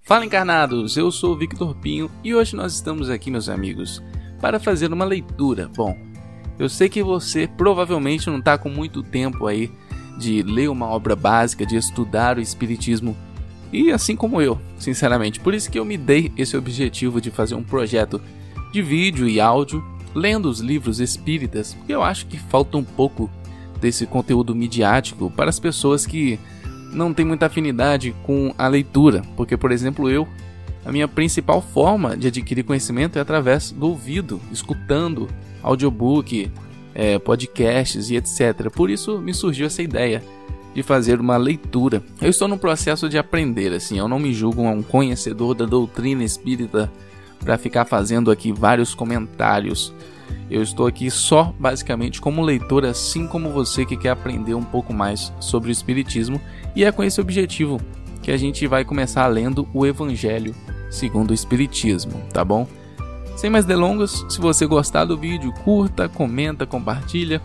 Fala, encarnados! Eu sou o Victor Pinho e hoje nós estamos aqui, meus amigos, para fazer uma leitura. Bom, eu sei que você provavelmente não está com muito tempo aí de ler uma obra básica, de estudar o Espiritismo, e assim como eu, sinceramente. Por isso que eu me dei esse objetivo de fazer um projeto de vídeo e áudio, lendo os livros espíritas, porque eu acho que falta um pouco desse conteúdo midiático para as pessoas que não têm muita afinidade com a leitura. Porque, por exemplo, a minha principal forma de adquirir conhecimento é através do ouvido, escutando audiobook, podcasts e etc. Por isso me surgiu essa ideia de fazer uma leitura. Eu estou no processo de aprender, assim, eu não me julgo um conhecedor da doutrina espírita para ficar fazendo aqui vários comentários. Eu estou aqui só basicamente como leitor, assim como você que quer aprender um pouco mais sobre o Espiritismo, e é com esse objetivo que a gente vai começar lendo o Evangelho segundo o Espiritismo, tá bom? Sem mais delongas, se você gostar do vídeo, curta, comenta, compartilha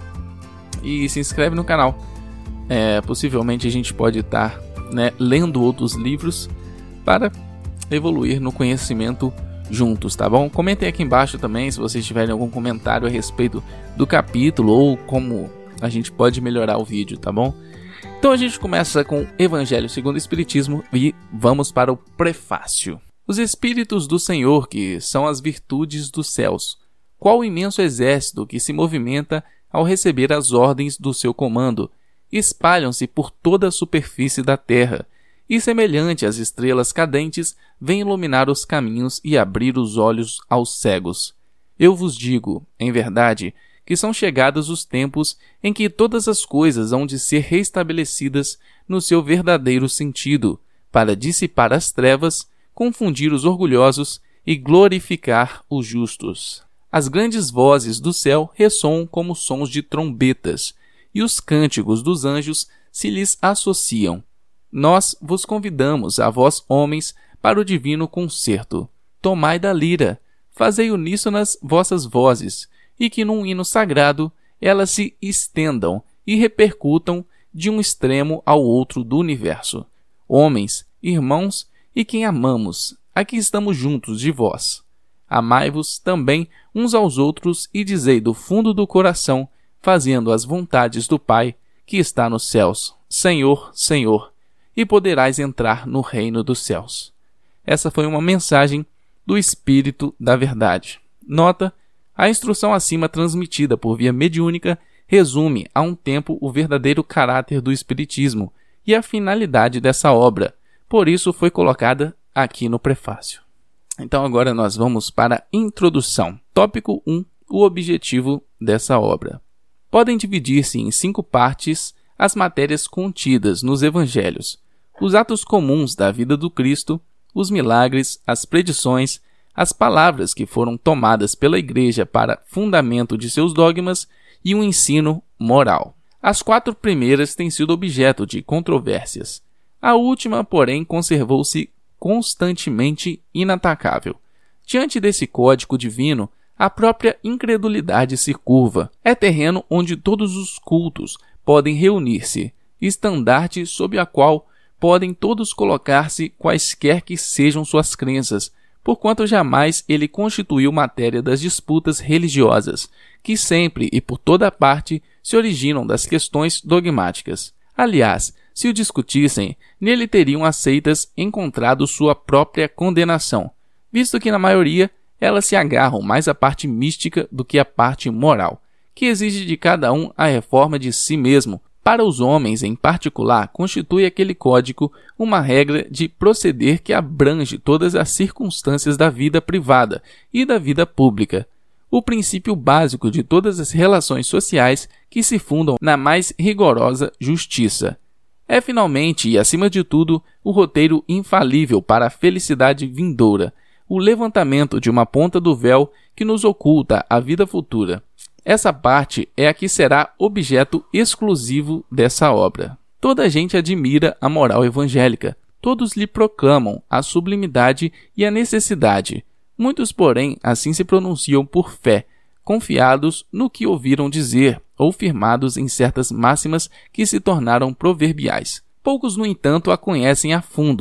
e se inscreve no canal. Possivelmente a gente pode estar lendo outros livros para evoluir no conhecimento juntos, tá bom? Comentem aqui embaixo também se vocês tiverem algum comentário a respeito do capítulo ou como a gente pode melhorar o vídeo, tá bom? Então a gente começa com Evangelho segundo o Espiritismo e vamos para o prefácio. Os Espíritos do Senhor, que são as virtudes dos céus, qual imenso exército que se movimenta ao receber as ordens do seu comando, espalham-se por toda a superfície da terra, e semelhante às estrelas cadentes, vem iluminar os caminhos e abrir os olhos aos cegos. Eu vos digo, em verdade, que são chegados os tempos em que todas as coisas hão de ser restabelecidas no seu verdadeiro sentido, para dissipar as trevas, confundir os orgulhosos e glorificar os justos. As grandes vozes do céu ressoam como sons de trombetas, e os cânticos dos anjos se lhes associam. Nós vos convidamos, a vós homens, para o divino concerto. Tomai da lira, fazei uníssonas vossas vozes, e que num hino sagrado elas se estendam e repercutam de um extremo ao outro do universo. Homens, irmãos e quem amamos, aqui estamos juntos de vós. Amai-vos também uns aos outros e dizei do fundo do coração, fazendo as vontades do Pai, que está nos céus, Senhor, Senhor, e poderás entrar no reino dos céus. Essa foi uma mensagem do Espírito da Verdade. Nota: a instrução acima transmitida por via mediúnica resume a um tempo o verdadeiro caráter do Espiritismo e a finalidade dessa obra, por isso foi colocada aqui no prefácio. Então agora nós vamos para a introdução. Tópico 1. O objetivo dessa obra. Podem dividir-se em 5 partes as matérias contidas nos Evangelhos: os atos comuns da vida do Cristo, os milagres, as predições, as palavras que foram tomadas pela Igreja para fundamento de seus dogmas e o ensino moral. As 4 primeiras têm sido objeto de controvérsias. A última, porém, conservou-se constantemente inatacável. Diante desse código divino, a própria incredulidade se curva. É terreno onde todos os cultos podem reunir-se, estandarte sob a qual podem todos colocar-se quaisquer que sejam suas crenças, porquanto jamais ele constituiu matéria das disputas religiosas, que sempre e por toda parte se originam das questões dogmáticas. Aliás, se o discutissem, nele teriam aceitas encontrado sua própria condenação, visto que na maioria elas se agarram mais à parte mística do que à parte moral, que exige de cada um a reforma de si mesmo. Para os homens, em particular, constitui aquele código uma regra de proceder que abrange todas as circunstâncias da vida privada e da vida pública, o princípio básico de todas as relações sociais que se fundam na mais rigorosa justiça. É finalmente e acima de tudo o roteiro infalível para a felicidade vindoura, o levantamento de uma ponta do véu que nos oculta a vida futura. Essa parte é a que será objeto exclusivo dessa obra. Toda a gente admira a moral evangélica, todos lhe proclamam a sublimidade e a necessidade. Muitos, porém, assim se pronunciam por fé, confiados no que ouviram dizer ou firmados em certas máximas que se tornaram proverbiais. Poucos, no entanto, a conhecem a fundo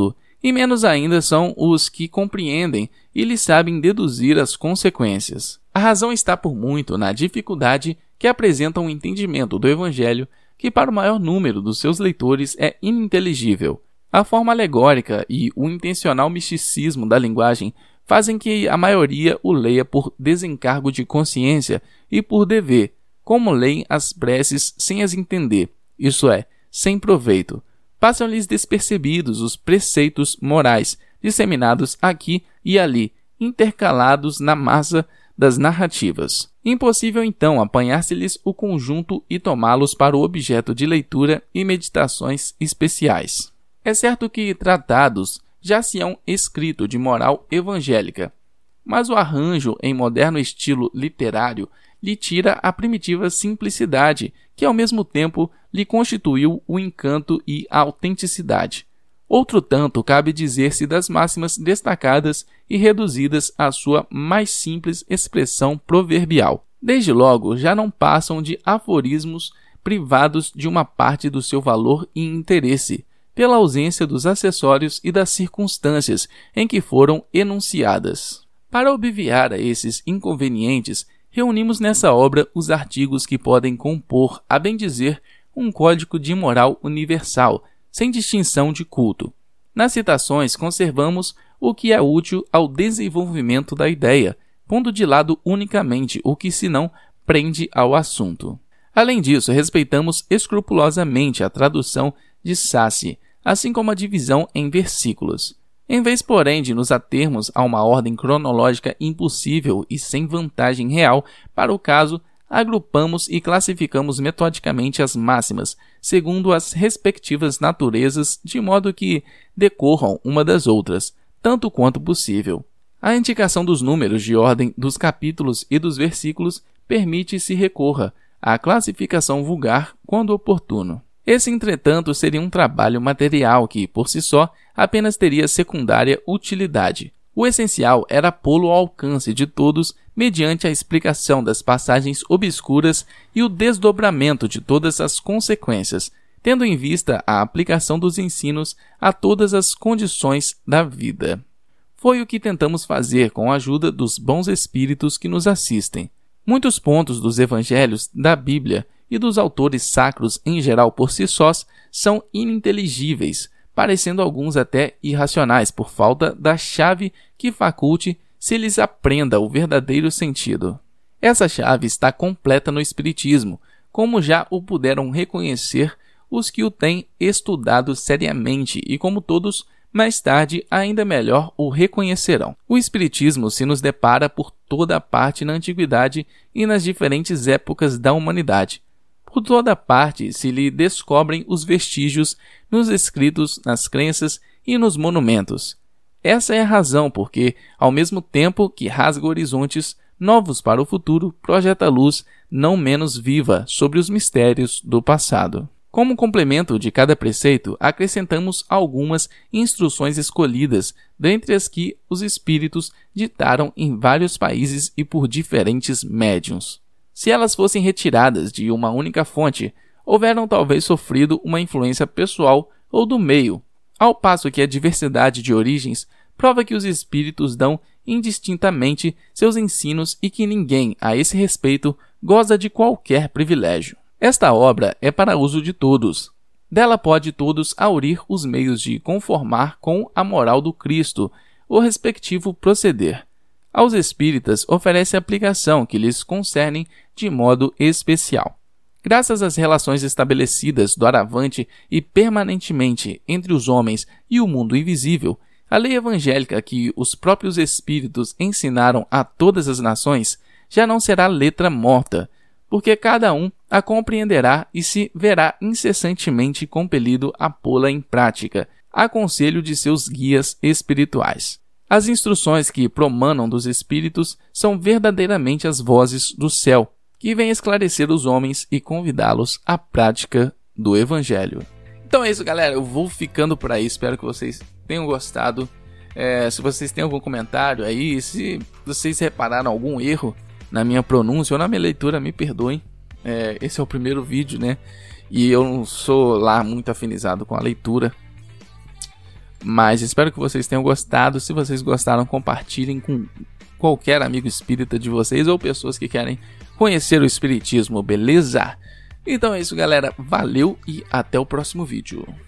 e menos ainda são os que compreendem e lhes sabem deduzir as consequências. A razão está por muito na dificuldade que apresenta um entendimento do Evangelho que para o maior número dos seus leitores é ininteligível. A forma alegórica e o intencional misticismo da linguagem fazem que a maioria o leia por desencargo de consciência e por dever, como leem as preces sem as entender, isto é, sem proveito. Passam-lhes despercebidos os preceitos morais, disseminados aqui e ali, intercalados na massa das narrativas. Impossível, então, apanhar-se-lhes o conjunto e tomá-los para o objeto de leitura e meditações especiais. É certo que tratados já se hão escrito de moral evangélica, mas o arranjo em moderno estilo literário lhe tira a primitiva simplicidade, que ao mesmo tempo lhe constituiu o encanto e a autenticidade. Outro tanto cabe dizer-se das máximas destacadas e reduzidas à sua mais simples expressão proverbial. Desde logo, já não passam de aforismos privados de uma parte do seu valor e interesse, pela ausência dos acessórios e das circunstâncias em que foram enunciadas. Para obviar a esses inconvenientes, reunimos nessa obra os artigos que podem compor, a bem dizer, um código de moral universal, sem distinção de culto. Nas citações conservamos o que é útil ao desenvolvimento da ideia, pondo de lado unicamente o que se não prende ao assunto. Além disso, respeitamos escrupulosamente a tradução de Sassi, assim como a divisão em versículos. Em vez, porém, de nos atermos a uma ordem cronológica impossível e sem vantagem real para o caso, agrupamos e classificamos metodicamente as máximas, segundo as respectivas naturezas, de modo que decorram uma das outras, tanto quanto possível. A indicação dos números de ordem dos capítulos e dos versículos permite-se recorra à classificação vulgar quando oportuno. Esse, entretanto, seria um trabalho material que, por si só, apenas teria secundária utilidade. O essencial era pô-lo ao alcance de todos mediante a explicação das passagens obscuras e o desdobramento de todas as consequências, tendo em vista a aplicação dos ensinos a todas as condições da vida. Foi o que tentamos fazer com a ajuda dos bons espíritos que nos assistem. Muitos pontos dos evangelhos, da Bíblia e dos autores sacros em geral por si sós são ininteligíveis, parecendo alguns até irracionais por falta da chave que faculte se lhes aprenda o verdadeiro sentido. Essa chave está completa no Espiritismo, como já o puderam reconhecer os que o têm estudado seriamente e como todos, mais tarde, ainda melhor o reconhecerão. O Espiritismo se nos depara por toda a parte na Antiguidade e nas diferentes épocas da humanidade. Por toda parte se lhe descobrem os vestígios nos escritos, nas crenças e nos monumentos. Essa é a razão porque, ao mesmo tempo que rasga horizontes novos para o futuro, projeta luz não menos viva sobre os mistérios do passado. Como complemento de cada preceito, acrescentamos algumas instruções escolhidas, dentre as que os espíritos ditaram em vários países e por diferentes médiuns. Se elas fossem retiradas de uma única fonte, houveram talvez sofrido uma influência pessoal ou do meio, ao passo que a diversidade de origens prova que os espíritos dão indistintamente seus ensinos e que ninguém, a esse respeito, goza de qualquer privilégio. Esta obra é para uso de todos. Dela pode todos aurir os meios de conformar com a moral do Cristo, o respectivo proceder. Aos espíritas oferece aplicação que lhes concerne de modo especial. Graças às relações estabelecidas doravante e permanentemente entre os homens e o mundo invisível, a lei evangélica que os próprios espíritos ensinaram a todas as nações já não será letra morta, porque cada um a compreenderá e se verá incessantemente compelido a pô-la em prática, a conselho de seus guias espirituais. As instruções que promanam dos espíritos são verdadeiramente as vozes do céu, que vêm esclarecer os homens e convidá-los à prática do Evangelho. Então é isso, galera. Eu vou ficando por aí. Espero que vocês tenham gostado. Se vocês têm algum comentário aí, se vocês repararam algum erro na minha pronúncia ou na minha leitura, me perdoem. Esse é o primeiro vídeo, né? E eu não sou lá muito afinizado com a leitura. Mas espero que vocês tenham gostado. Se vocês gostaram, compartilhem com qualquer amigo espírita de vocês ou pessoas que querem conhecer o espiritismo, beleza? Então é isso, galera. Valeu e até o próximo vídeo.